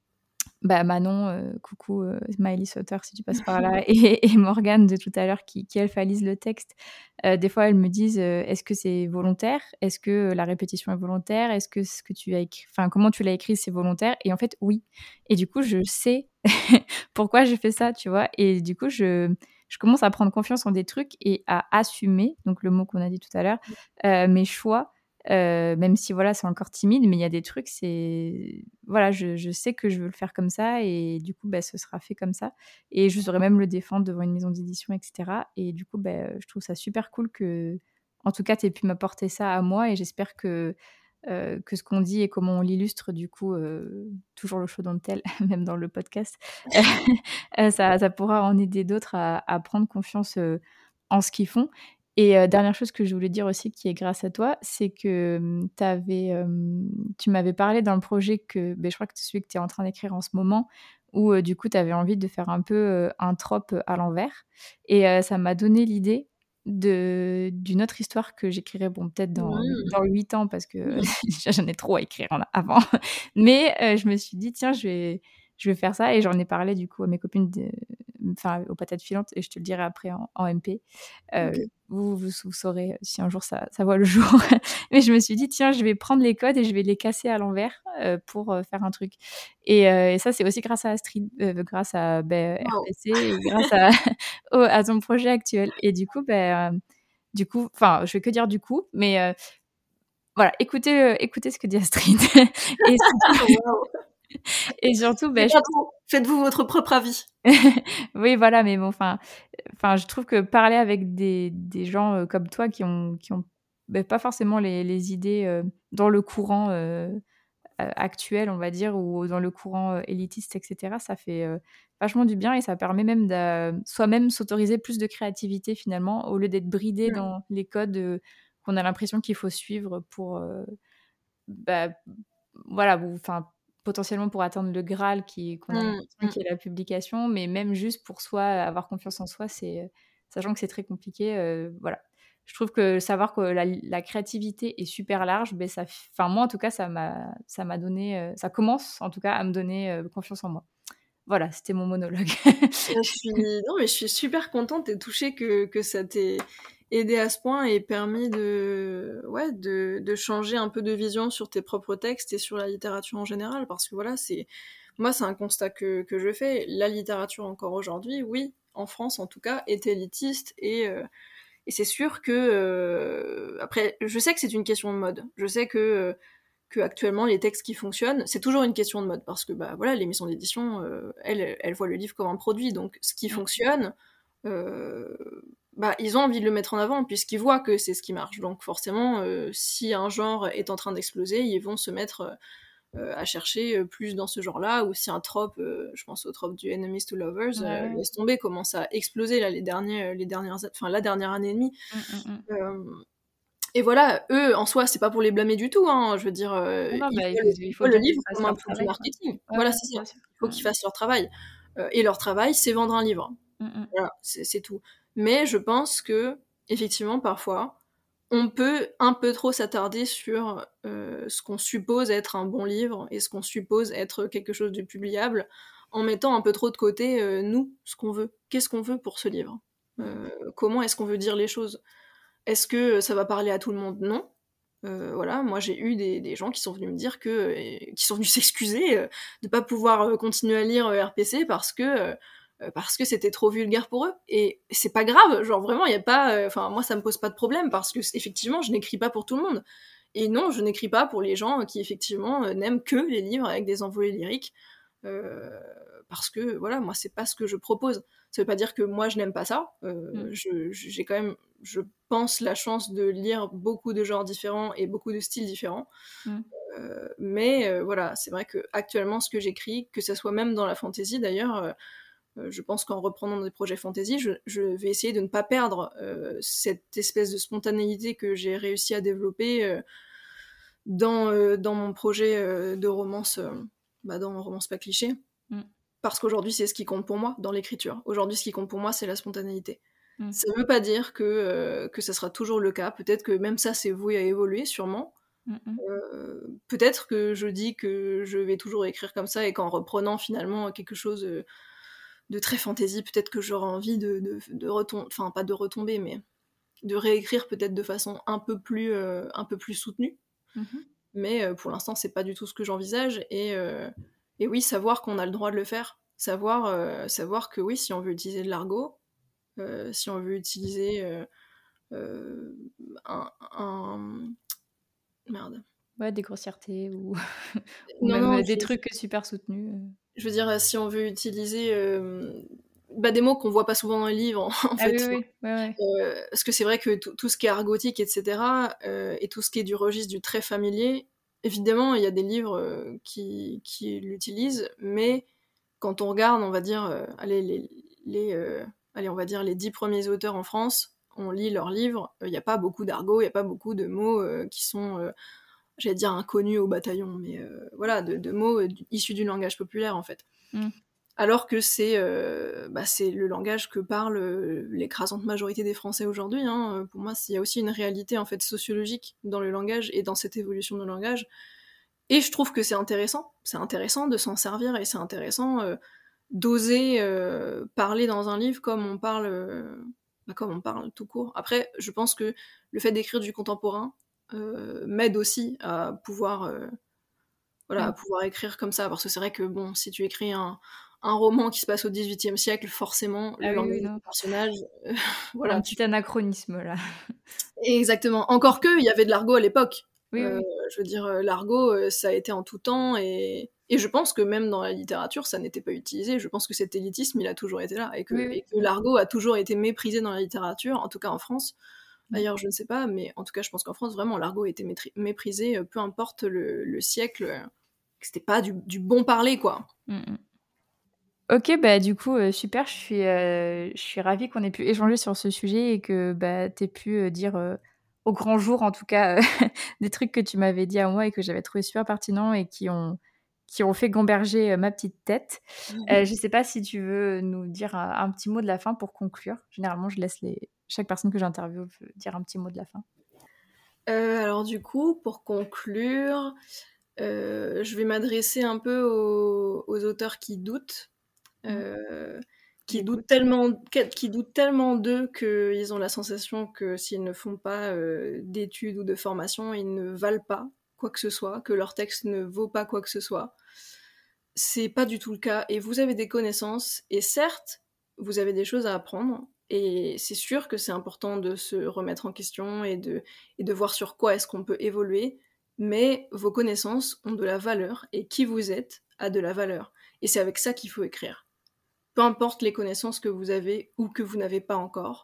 bah, Manon, euh, coucou euh, Smiley Sauter si tu passes par là, et, et Morgane de tout à l'heure qui, qui elles lisent le texte. Euh, des fois elles me disent euh, est-ce que c'est volontaire? Est-ce que la répétition est volontaire? Est-ce que ce que tu as écrit, enfin comment tu l'as écrit c'est volontaire? Et en fait oui. Et du coup je sais pourquoi j'ai fait ça, tu vois. Et du coup je je commence à prendre confiance en des trucs et à assumer, donc le mot qu'on a dit tout à l'heure, euh, mes choix. Euh, même si voilà c'est encore timide, mais il y a des trucs, c'est voilà, je, je sais que je veux le faire comme ça et du coup bah, ce sera fait comme ça et je saurais même le défendre devant une maison d'édition, etc. Et du coup bah, je trouve ça super cool que en tout cas tu aies pu m'apporter ça à moi et j'espère que euh, que ce qu'on dit et comment on l'illustre du coup euh, toujours le show dans le tel même dans le podcast euh, ça, ça pourra en aider d'autres à, à prendre confiance euh, en ce qu'ils font. Et euh, dernière chose que je voulais dire aussi qui est grâce à toi, c'est que hum, t'avais, hum, tu m'avais parlé d'un projet que ben, je crois que c'est celui que tu es en train d'écrire en ce moment, où euh, du coup tu avais envie de faire un peu euh, un trope à l'envers. Et euh, ça m'a donné l'idée de, d'une autre histoire que j'écrirai bon, peut-être dans, Mm. dans huit ans parce que j'en ai trop à écrire en- avant. Mais euh, je me suis dit, tiens, je vais, je vais faire ça. Et j'en ai parlé du coup à mes copines, de, enfin aux patates filantes, et je te le dirai après en, en M P. Euh, Ok. vous, vous, vous saurez si un jour ça, ça voit le jour. Mais je me suis dit, tiens, je vais prendre les codes et je vais les casser à l'envers euh, pour euh, faire un truc. Et, euh, et ça, c'est aussi grâce à Astrid, euh, grâce à ben, Wow. R P C et grâce à, au- à ton projet actuel. Et du coup, ben, euh, du coup, enfin, je vais que dire du coup, mais euh, voilà, écoutez, euh, écoutez ce que dit Astrid. et, surtout, Wow. et surtout, ben, C'est je pas trop. Faites-vous votre propre avis. oui, voilà, mais bon, enfin, enfin, je trouve que parler avec des, des gens euh, comme toi qui ont, qui ont ben, pas forcément les, les idées euh, dans le courant euh, euh, actuel, on va dire, ou dans le courant euh, élitiste, et cetera, ça fait euh, vachement du bien et ça permet même de soi-même s'autoriser plus de créativité finalement, au lieu d'être bridé Mm. dans les codes euh, qu'on a l'impression qu'il faut suivre pour, euh, bah, voilà, ou enfin, potentiellement pour atteindre le Graal qui qu'on a Mm. l'impression Mm. qui est la publication, mais même juste pour soi, avoir confiance en soi, c'est sachant que c'est très compliqué, heu, voilà. Je trouve que savoir que la la créativité est super large, beh, ça f enfin moi en tout cas ça m'a ça m'a donné, heu, ça commence en tout cas à me donner, heu, confiance en moi. Voilà, c'était mon monologue. Je suis... Non, mais je suis super contente et touchée que, que ça t'ait aidé à ce point et permis de, ouais, de, de changer un peu de vision sur tes propres textes et sur la littérature en général. Parce que voilà, c'est, moi, c'est un constat que, que je fais. La littérature, encore aujourd'hui, oui, en France en tout cas, est élitiste et, euh, et c'est sûr que. euh, Après, je sais que c'est une question de mode. Je sais que. euh, que actuellement les textes qui fonctionnent, c'est toujours une question de mode parce que bah voilà, les maisons d'édition, euh, elles, elles voient le livre comme un produit, donc ce qui Mmh. fonctionne, euh, bah ils ont envie de le mettre en avant puisqu'ils voient que c'est ce qui marche. Donc forcément, euh, si un genre est en train d'exploser, ils vont se mettre euh, à chercher plus dans ce genre-là. Ou si un trope, euh, je pense au trope du Enemies to Lovers, euh, Ouais. laisse tomber, commence à exploser là les derniers, les dernières, enfin la dernière année et demie. Mmh, mmh mh. Euh, Et voilà, eux, en soi, c'est pas pour les blâmer du tout, hein, je veux dire, heu, Non, non, ils bah, il voient faut le il ils faut voient le bien qu'ils livre fassent comme un leur truc du travail, quoi. marketing. Ouais, Voilà, ouais, c'est ça. bien sûr. Il faut Mmh. qu'ils fassent leur travail, heu et leur travail, c'est vendre un livre. Mmh mh. Voilà, c'est c'est tout. Mais je pense qu'effectivement, parfois, on peut un peu trop s'attarder sur, heu, ce qu'on suppose être un bon livre et ce qu'on suppose être quelque chose de publiable, en mettant un peu trop de côté, heu, nous, ce qu'on veut. Qu'est-ce qu'on veut pour ce livre? Mmh mh. Heu, comment est-ce qu'on veut dire les choses? Est-ce que ça va parler à tout le monde? Non. Heu, voilà, moi j'ai eu des des gens qui sont venus me dire que et qui sont venus s'excuser, heu, de pas pouvoir, heu, continuer à lire, heu, R P C parce que, heu heu, parce que c'était trop vulgaire pour eux et c'est pas grave, genre vraiment il y a pas, heu enfin moi ça me pose pas de problème parce que c effectivement je n'écris pas pour tout le monde et non, je n'écris pas pour les gens qui effectivement, heu, n'aiment que les livres avec des envolées lyriques, heu, parce que voilà, moi c'est pas ce que je propose. Ça veut pas dire que moi je n'aime pas ça, heu, Mmh. je j'ai quand même, je pense, la chance de lire beaucoup de genres différents et beaucoup de styles différents. Mmh. Heu, mais heu, voilà, c'est vrai qu'actuellement ce que j'écris, que ça soit même dans la fantasy d'ailleurs, heu heu, je pense qu'en reprenant des projets fantasy, je je vais essayer de ne pas perdre, heu, cette espèce de spontanéité que j'ai réussi à développer, heu, dans, heu, dans mon projet, heu, de romance, heu, bah, dans Romance pas cliché. Mmh. Parce qu'aujourd'hui, c'est ce qui compte pour moi dans l'écriture. Aujourd'hui, ce qui compte pour moi, c'est la spontanéité. Mmh. Ça veut pas dire que, heu, que ça sera toujours le cas. Peut-être que même ça, c'est voué à évoluer, sûrement. Mmh mh. Heu, peut-être que je dis que je vais toujours écrire comme ça et qu'en reprenant finalement quelque chose, heu, de très fantasy, peut-être que j'aurai envie de de f de retom enfin pas de retomber, mais de réécrire peut-être de façon un peu plus, heu, un peu plus soutenue. Mmh mh. Mais heu, pour l'instant, c'est pas du tout ce que j'envisage et heu et oui, savoir qu'on a le droit de le faire. Savoir, heu, savoir que oui, si on veut utiliser de l'argot, heu, si on veut utiliser, heu heu, un un, mmh, merde. Ouais, des grossièretés ou ou Non, même, non, heu, des je trucs super soutenus, heu. je veux dire, heu, si on veut utiliser, hem, bah, des mots qu'on voit pas souvent dans les livres, en Ah oui, fait. oui, ouais, ouais. Heu, parce que c'est vrai que tout tout ce qui est argotique et cetera, heu et tout ce qui est du registre du très familier, évidemment, il y a des livres, heu, qui qui l'utilisent, mais quand on regarde, on va dire, heu, allez, les les, heu, allez, on va dire les dix premiers auteurs en France, on lit leurs livres, il y a pas beaucoup d'argot, il y a pas beaucoup de mots, heu, qui sont, heu, j'allais dire inconnus au bataillon, mais heu, voilà, de de mots, heu, d issus du langage populaire, en fait. Mmh. Alors que c'est, heu, bah, c'est le langage que parle, heu, l'écrasante majorité des Français aujourd'hui, hein, heu, pour moi, c'est il y a aussi une réalité, en fait, sociologique dans le langage et dans cette évolution de langage et je trouve que c'est intéressant. C'est intéressant de s'en servir et c'est intéressant, heu, d'oser, heu, parler dans un livre comme on parle, heu, bah, comme on parle tout court. Après, je pense que le fait d'écrire du contemporain, heu, m'aide aussi à pouvoir, heu, voilà, à Mmh. pouvoir écrire comme ça. Parce que c'est vrai que bon, si tu écris un un roman qui se passe au dix-huitième siècle, forcément, Ah le oui, langage oui, des non. personnages, heu, Un voilà, tu petit anachronisme là. exactement. Encore que, il y avait de l'argot à l'époque. Oui, Heu, oui. je veux dire, heu, l'argot, heu, ça a été en tout temps et et je pense que même dans la littérature, ça n'était pas utilisé. Je pense que cet élitisme, il a toujours été là et Oui, que et oui. que Mmh. l'argot a toujours été méprisé dans la littérature, en tout cas en France. Mmh. Ailleurs, je ne sais pas, mais en tout cas, je pense qu'en France, vraiment, l'argot a été métri méprisé, heu, peu importe le le siècle, heu, que c'était pas du du bon parler, quoi. Mmh mh. OK, bah, du coup, heu, super, je suis, heu, je suis ravie qu'on ait pu échanger sur ce sujet et que, bah, tu aies pu, heu, dire, heu, au grand jour en tout cas, heu, des trucs que tu m'avais dit à moi et que j'avais trouvé super pertinents et qui ont qui ont fait gamberger, heu, ma petite tête. Heu, je sais pas si tu veux nous dire un un petit mot de la fin pour conclure? Généralement, je laisse les chaque personne que j'interviewe dire un petit mot de la fin. Heu, alors du coup, pour conclure, heu, je vais m'adresser un peu aux aux auteurs qui doutent. Mmh. Heu, qui doutent J'écoute. tellement qu qui doutent tellement d'eux qu'ils ont la sensation que s'ils ne font pas, heu, d'études ou de formation, ils ne valent pas quoi que ce soit, que leur texte ne vaut pas quoi que ce soit. C'est pas du tout le cas et vous avez des connaissances et certes, vous avez des choses à apprendre et c'est sûr que c'est important de se remettre en question et de et de voir sur quoi est-ce qu'on peut évoluer, mais vos connaissances ont de la valeur et qui vous êtes a de la valeur et c'est avec ça qu'il faut écrire. Peu importe les connaissances que vous avez ou que vous n'avez pas encore,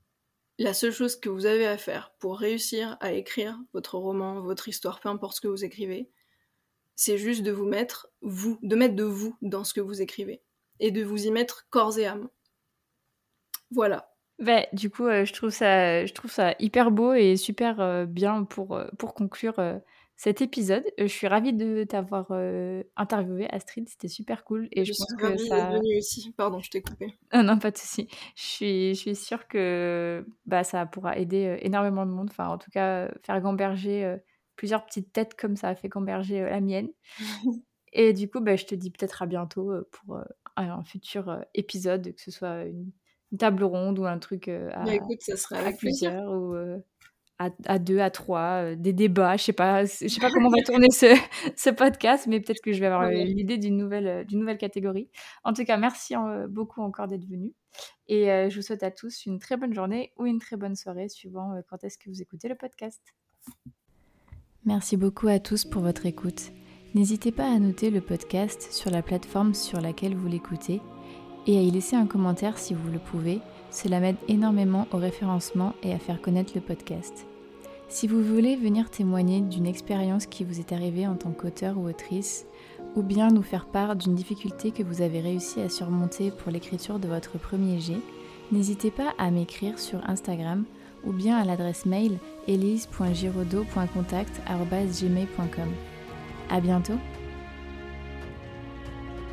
la seule chose que vous avez à faire pour réussir à écrire votre roman, votre histoire, peu importe ce que vous écrivez, c'est juste de vous mettre, vous, de mettre de vous dans ce que vous écrivez et de vous y mettre corps et âme. Voilà. Bah, du coup, heu, je trouve ça je trouve ça hyper beau et super, heu, bien pour, heu, pour conclure, heu, cet épisode. Heu, je suis ravie de t'avoir, heu, interviewée Astrid, c'était super cool et Je je suis pense que ravie d'être ça venue aussi. Pardon, je t'ai coupé. ah non, pas de souci. Je suis je suis sûre que, bah, ça pourra aider, heu, énormément de monde. Enfin, en tout cas, heu, faire gamberger, heu, plusieurs petites têtes comme ça a fait gamberger, heu, la mienne et du coup, bah, je te dis peut-être à bientôt, heu, pour, heu, un futur, heu, épisode, que ce soit une une table ronde ou un truc, heu, Bah, à écoute, ça serait à avec plaisir. plusieurs ou, heu, à à deux, à trois, heu, des débats, je sais pas je sais pas comment va tourner ce ce podcast, mais peut-être que je vais avoir, heu, Ouais. l'idée d'une nouvelle, heu, d'une nouvelle catégorie. En tout cas, merci en beaucoup encore d'être venus et heu, je vous souhaite à tous une très bonne journée ou une très bonne soirée suivant, heu, quand est-ce que vous écoutez le podcast. Merci beaucoup à tous pour votre écoute. N'hésitez pas à noter le podcast sur la plateforme sur laquelle vous l'écoutez et à y laisser un commentaire si vous le pouvez. Cela m'aide énormément au référencement et à faire connaître le podcast. Si vous voulez venir témoigner d'une expérience qui vous est arrivée en tant qu'auteur ou autrice, ou bien nous faire part d'une difficulté que vous avez réussi à surmonter pour l'écriture de votre premier jet, n'hésitez pas à m'écrire sur Instagram ou bien à l'adresse mail elise point giraudot point contact arobase gmail point com. À bientôt!